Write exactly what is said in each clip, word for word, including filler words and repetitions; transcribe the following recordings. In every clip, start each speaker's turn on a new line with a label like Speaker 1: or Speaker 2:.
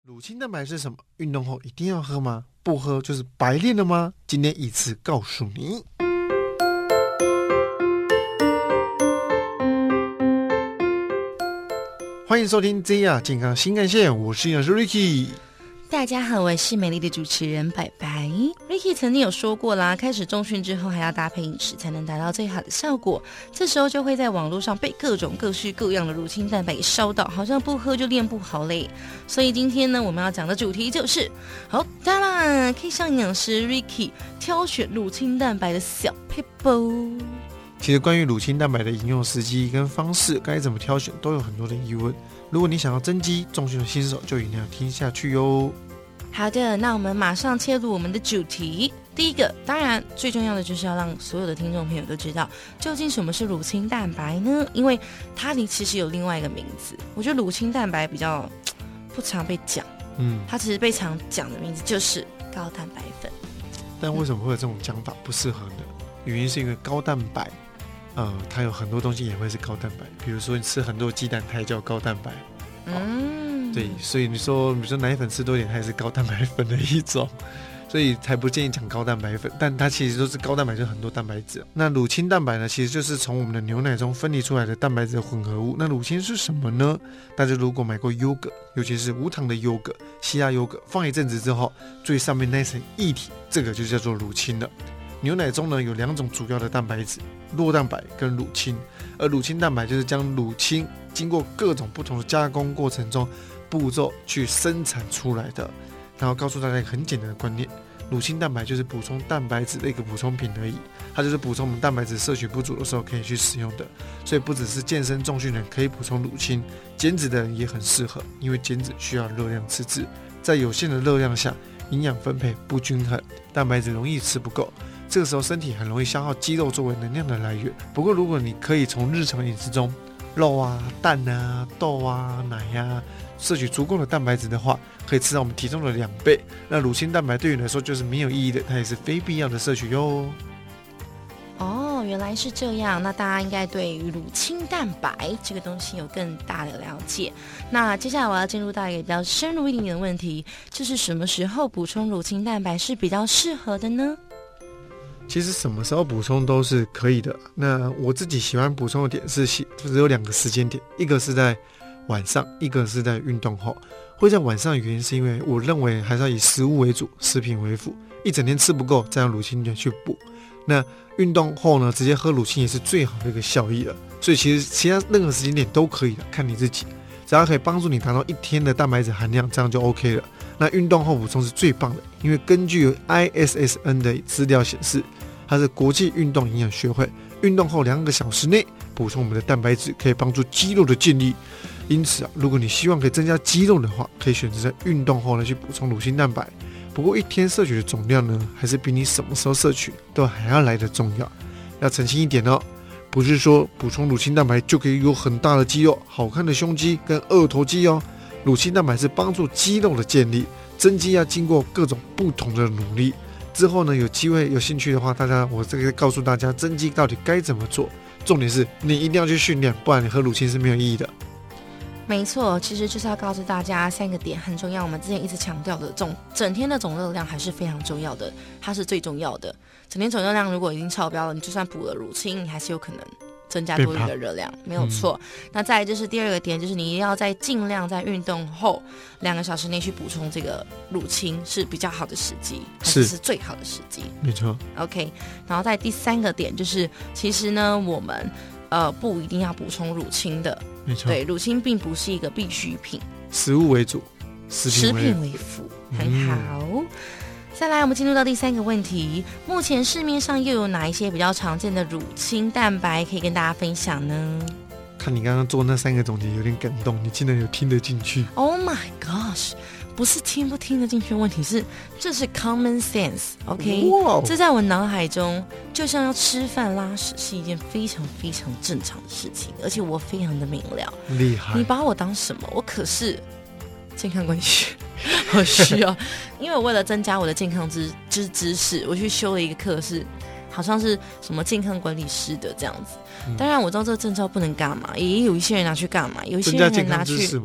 Speaker 1: 乳清蛋白是什么？运动后一定要喝吗？不喝就是白练了吗？今天一次告诉你。欢迎收听 J R 健康新干线，我是营养师 Ricky。
Speaker 2: 大家好，我是美丽的主持人白白。Ricky 曾经有说过啦，开始重训之后还要搭配饮食才能达到最好的效果，这时候就会在网络上被各种各式各样的乳清蛋白给烧到，好像不喝就练不好嘞。所以今天呢，我们要讲的主题就是好哒啦，可以向营养师 Ricky 挑选乳清蛋白的小撇步。
Speaker 1: 其实关于乳清蛋白的饮用时机跟方式，该怎么挑选都有很多的疑问。如果你想要增肌重训的新手，就一定要听下去哟。
Speaker 2: 好的，那我们马上切入我们的主题。第一个，当然最重要的就是要让所有的听众朋友都知道，究竟什么是乳清蛋白呢？因为它其实有另外一个名字，我觉得乳清蛋白比较不常被讲，嗯，它其实被常讲的名字就是高蛋白粉。
Speaker 1: 但为什么会有这种讲法不适合呢？原因是因为高蛋白呃，它有很多东西也会是高蛋白，比如说你吃很多鸡蛋，它也叫高蛋白。嗯，对，所以你说，比如说奶粉吃多一点，它也是高蛋白粉的一种，所以才不建议讲高蛋白粉。但它其实都是高蛋白，就很多蛋白质。那乳清蛋白呢，其实就是从我们的牛奶中分离出来的蛋白质的混合物。那乳清是什么呢？大家如果买过优格，尤其是无糖的优格、希腊优格，放一阵子之后，最上面那层液体，这个就叫做乳清了。牛奶中呢有两种主要的蛋白质，酪蛋白跟乳清，而乳清蛋白就是将乳清经过各种不同的加工过程中步骤去生产出来的。然后告诉大家一个很简单的观念，乳清蛋白就是补充蛋白质的一个补充品而已，它就是补充我们蛋白质摄取不足的时候可以去使用的。所以不只是健身重训人可以补充乳清，减脂的人也很适合，因为减脂需要热量赤字，在有限的热量下，营养分配不均衡，蛋白质容易吃不够，这个时候身体很容易消耗肌肉作为能量的来源。不过如果你可以从日常饮食中肉啊、蛋啊、豆啊、奶啊摄取足够的蛋白质的话，可以吃到我们体重的两倍。那乳清蛋白对你来说就是没有意义的，它也是非必要的摄取哟。
Speaker 2: 哦，原来是这样。那大家应该对于乳清蛋白这个东西有更大的了解。那接下来我要进入到一个比较深入一点点的问题，就是什么时候补充乳清蛋白是比较适合的呢？
Speaker 1: 其实什么时候补充都是可以的。那我自己喜欢补充的点是只有两个时间点，一个是在晚上，一个是在运动后。会在晚上的原因是因为我认为还是要以食物为主，食品为辅，一整天吃不够再用乳清去补。那运动后呢，直接喝乳清也是最好的一个效益了。所以其实其他任何时间点都可以的，看你自己，只要可以帮助你达到一天的蛋白质含量，这样就 OK 了。那运动后补充是最棒的，因为根据 I S S N 的资料显示，它是国际运动营养学会，运动后两个小时内补充我们的蛋白质，可以帮助肌肉的建立。因此啊，如果你希望可以增加肌肉的话，可以选择在运动后呢去补充乳清蛋白。不过一天摄取的总量呢，还是比你什么时候摄取都还要来得重要。要澄清一点哦，不是说补充乳清蛋白就可以有很大的肌肉、好看的胸肌跟二头肌哦。乳清蛋白是帮助肌肉的建立，增肌要经过各种不同的努力。之后呢，有机会有兴趣的话，大家我这个告诉大家增肌到底该怎么做。重点是你一定要去训练，不然你喝乳清是没有意义的。
Speaker 2: 没错，其实就是要告诉大家三个点很重要，我们之前一直强调的总整天的总热量还是非常重要的，它是最重要的。整天总热量如果已经超标了，你就算补了乳清，你还是有可能增加多余的热量，没有错、嗯、那再来就是第二个点，就是你要在尽量在运动后两个小时内去补充这个乳清是比较好的时机，是是最好的时机，
Speaker 1: 没错。
Speaker 2: OK， 然后在第三个点就是其实呢我们呃不一定要补充乳清的，
Speaker 1: 没错，
Speaker 2: 对，乳清并不是一个必需品，
Speaker 1: 食物为主，食品 为,
Speaker 2: 食品为辅，很好、嗯。再来我们进入到第三个问题，目前市面上又有哪一些比较常见的乳清蛋白可以跟大家分享呢？
Speaker 1: 看你刚刚做那三个总结有点感动，你竟然有听得进去。
Speaker 2: Oh my gosh， 不是听不听得进去的问题，是这是 common sense OK、wow. 这在我脑海中就像要吃饭拉屎是一件非常非常正常的事情，而且我非常的明了。
Speaker 1: 厉害，
Speaker 2: 你把我当什么？我可是健康关系好需要，因为我为了增加我的健康知知知识，我去修了一个课，是好像是什么健康管理师的这样子。嗯、当然我知道这个证照不能干嘛，也有一些人拿去干嘛，有一些人拿去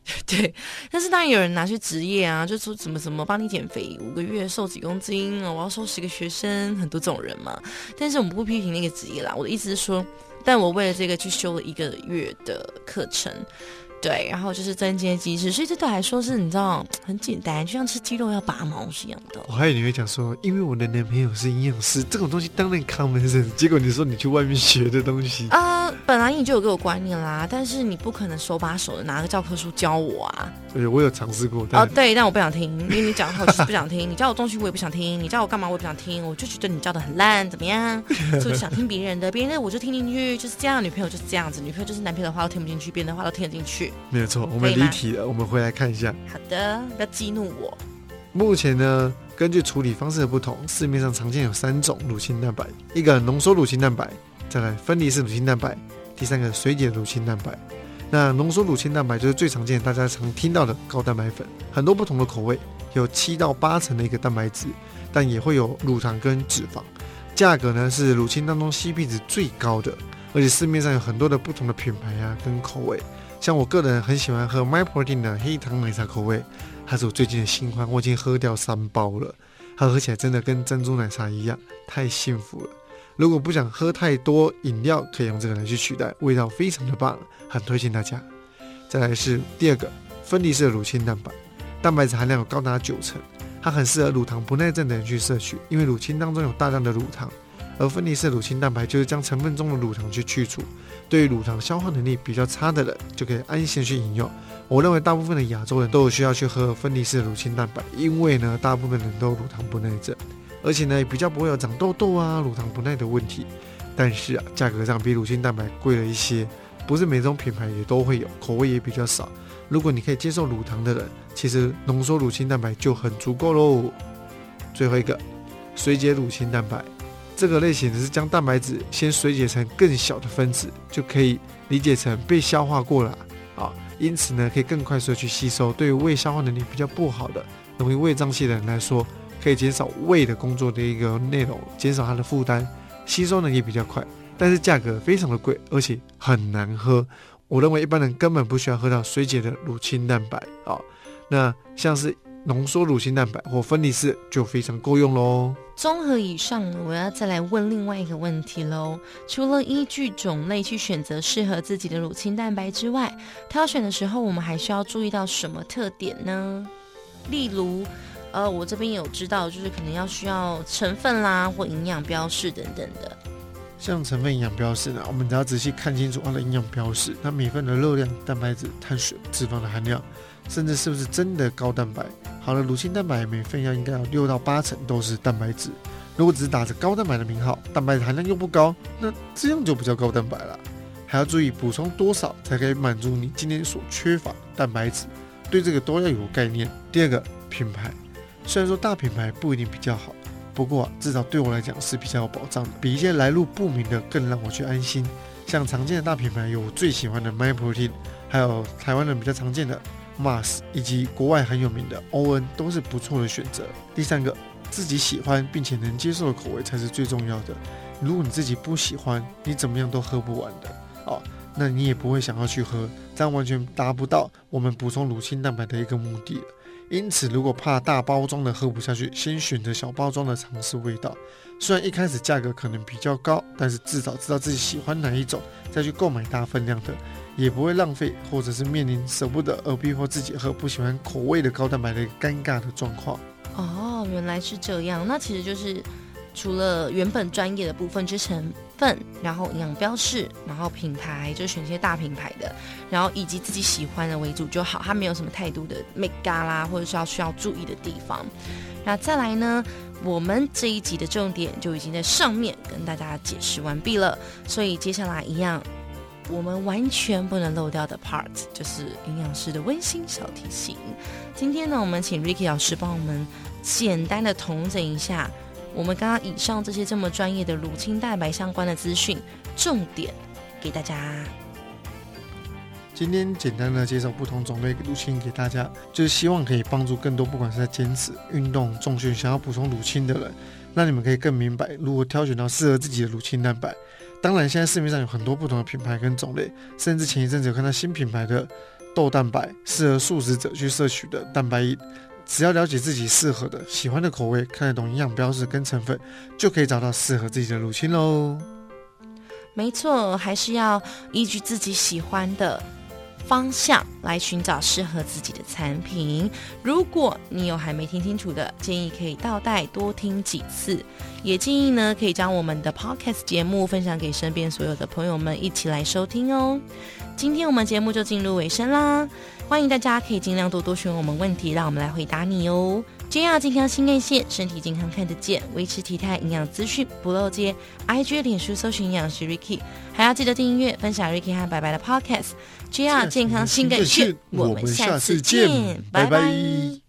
Speaker 2: 对，但是当然有人拿去职业啊，就说怎么怎么帮你减肥五个月瘦几公斤，我要收十个学生，很多这种人嘛。但是我们不批评那个职业啦，我的意思是说，但我为了这个去修了一个月的课程。对，然后就是增肌机制，所以这对我来说是你知道很简单，就像吃鸡肉要拔毛是一样的。
Speaker 1: 我还以为你会讲说，因为我的男朋友是营养师，这种东西当然 common sense。结果你说你去外面学的东西
Speaker 2: 啊、呃，本来你就有给我观念啦，但是你不可能手把手的拿个教科书教我啊。
Speaker 1: 对，我有尝试过。但
Speaker 2: 哦，对，但我不想听，因为你讲的话我就是不想听。你教我东西我也不想听，你教我干嘛我也不想听，我就觉得你教的很烂，怎么样？所以我就想听别人的，别人的我就听进去，就是这样。女朋友就是这样子，女朋友就是男朋友的话都听不进去，别人的话都听得进去。
Speaker 1: 没有错，我们离题了，我们回来看一下。
Speaker 2: 好的，不要激怒我。
Speaker 1: 目前呢，根据处理方式的不同，市面上常见有三种乳清蛋白：一个浓缩乳清蛋白，再来分离式乳清蛋白，第三个水解乳清蛋白。那浓缩乳清蛋白就是最常见，大家常听到的高蛋白粉，很多不同的口味，有七到八成的一个蛋白质，但也会有乳糖跟脂肪。价格呢是乳清当中 C P 值最高的，而且市面上有很多的不同的品牌啊跟口味。像我个人很喜欢喝 MyProtein 的黑糖奶茶口味，它是我最近的新欢，我已经喝掉三包了。它喝起来真的跟珍珠奶茶一样，太幸福了。如果不想喝太多饮料，可以用这个来去取代，味道非常的棒，很推荐大家。再来是第二个分离式的乳清蛋白，蛋白质含量有高达九成，它很适合乳糖不耐症的人去摄取，因为乳清当中有大量的乳糖，而分离式乳清蛋白就是将成分中的乳糖去去除，对于乳糖消化能力比较差的人就可以安心去饮用。我认为大部分的亚洲人都有需要去喝分离式的乳清蛋白，因为呢大部分人都有乳糖不耐症，而且呢比较不会有长痘痘啊乳糖不耐的问题。但是啊价格上比乳清蛋白贵了一些，不是每种品牌也都会有，口味也比较少。如果你可以接受乳糖的人，其实浓缩乳清蛋白就很足够咯。最后一个水解乳清蛋白，这个类型是将蛋白质先水解成更小的分子，就可以理解成被消化过了啊，因此呢可以更快速的去吸收。对于胃消化能力比较不好的容易胃胀气的人来说，可以减少胃的工作的一个内容，减少它的负担，吸收呢也比较快，但是价格非常的贵，而且很难喝。我认为一般人根本不需要喝到水解的乳清蛋白啊，那像是浓缩乳清蛋白或分离式就非常够用咯。
Speaker 2: 综合以上，我要再来问另外一个问题咯。除了依据种类去选择适合自己的乳清蛋白之外，挑选的时候我们还需要注意到什么特点呢？例如呃，我这边有知道，就是可能要需要成分啦或营养标示等等的。
Speaker 1: 像成分营养标示呢，我们只要仔细看清楚它的营养标示，它每份的热量、蛋白质、碳水、脂肪的含量，甚至是不是真的高蛋白。好了，乳清蛋白每份要应该有六到八成都是蛋白质。如果只是打着高蛋白的名号，蛋白质含量又不高，那这样就不叫高蛋白了。还要注意补充多少才可以满足你今天所缺乏的蛋白质，对这个都要有概念。第二个，品牌，虽然说大品牌不一定比较好，不过、啊、至少对我来讲是比较有保障的，比一些来路不明的更让我去安心。像常见的大品牌有我最喜欢的 MyProtein， 还有台湾人比较常见的 Mars， 以及国外很有名的 O N， 都是不错的选择。第三个，自己喜欢并且能接受的口味才是最重要的。如果你自己不喜欢，你怎么样都喝不完的、哦、那你也不会想要去喝，这样完全达不到我们补充乳清蛋白的一个目的了。因此如果怕大包装的喝不下去，先选择小包装的尝试味道。虽然一开始价格可能比较高，但是至少知道自己喜欢哪一种，再去购买大分量的，也不会浪费或者是面临舍不得而逼迫自己喝不喜欢口味的高蛋白的一个尴尬的状况。
Speaker 2: 哦，原来是这样。那其实就是除了原本专业的部分，就是成分，然后营养标示，然后品牌就选一些大品牌的，然后以及自己喜欢的为主就好，它没有什么太多的 mega 啦，或者是要需要注意的地方。那再来呢，我们这一集的重点就已经在上面跟大家解释完毕了，所以接下来一样我们完全不能漏掉的 part 就是营养师的温馨小提醒。今天呢，我们请 Ricky 老师帮我们简单的统整一下我们刚刚以上这些这么专业的乳清蛋白相关的资讯，重点给大家。
Speaker 1: 今天简单的介绍不同种类乳清给大家，就是希望可以帮助更多不管是在坚持、运动、重训想要补充乳清的人，让你们可以更明白如何挑选到适合自己的乳清蛋白。当然现在市面上有很多不同的品牌跟种类，甚至前一阵子有看到新品牌的豆蛋白，适合素食者去摄取的蛋白饮。只要了解自己适合的、喜欢的口味，看得懂营养标示跟成分，就可以找到适合自己的乳清咯。
Speaker 2: 没错，还是要依据自己喜欢的方向来寻找适合自己的产品。如果你有还没听清楚的，建议可以倒带多听几次，也建议呢可以将我们的 podcast 节目分享给身边所有的朋友们一起来收听哦。今天我们节目就进入尾声啦，欢迎大家可以尽量多多询问我们问题，让我们来回答你哦。J R 健康新干线，身体健康看得见，维持体态营养资讯不漏接。I G 脸书搜寻营养师 Ricky， 还要记得订阅分享 Ricky 和白白的 podcast。J R 健康新干线，我们下次见，拜拜。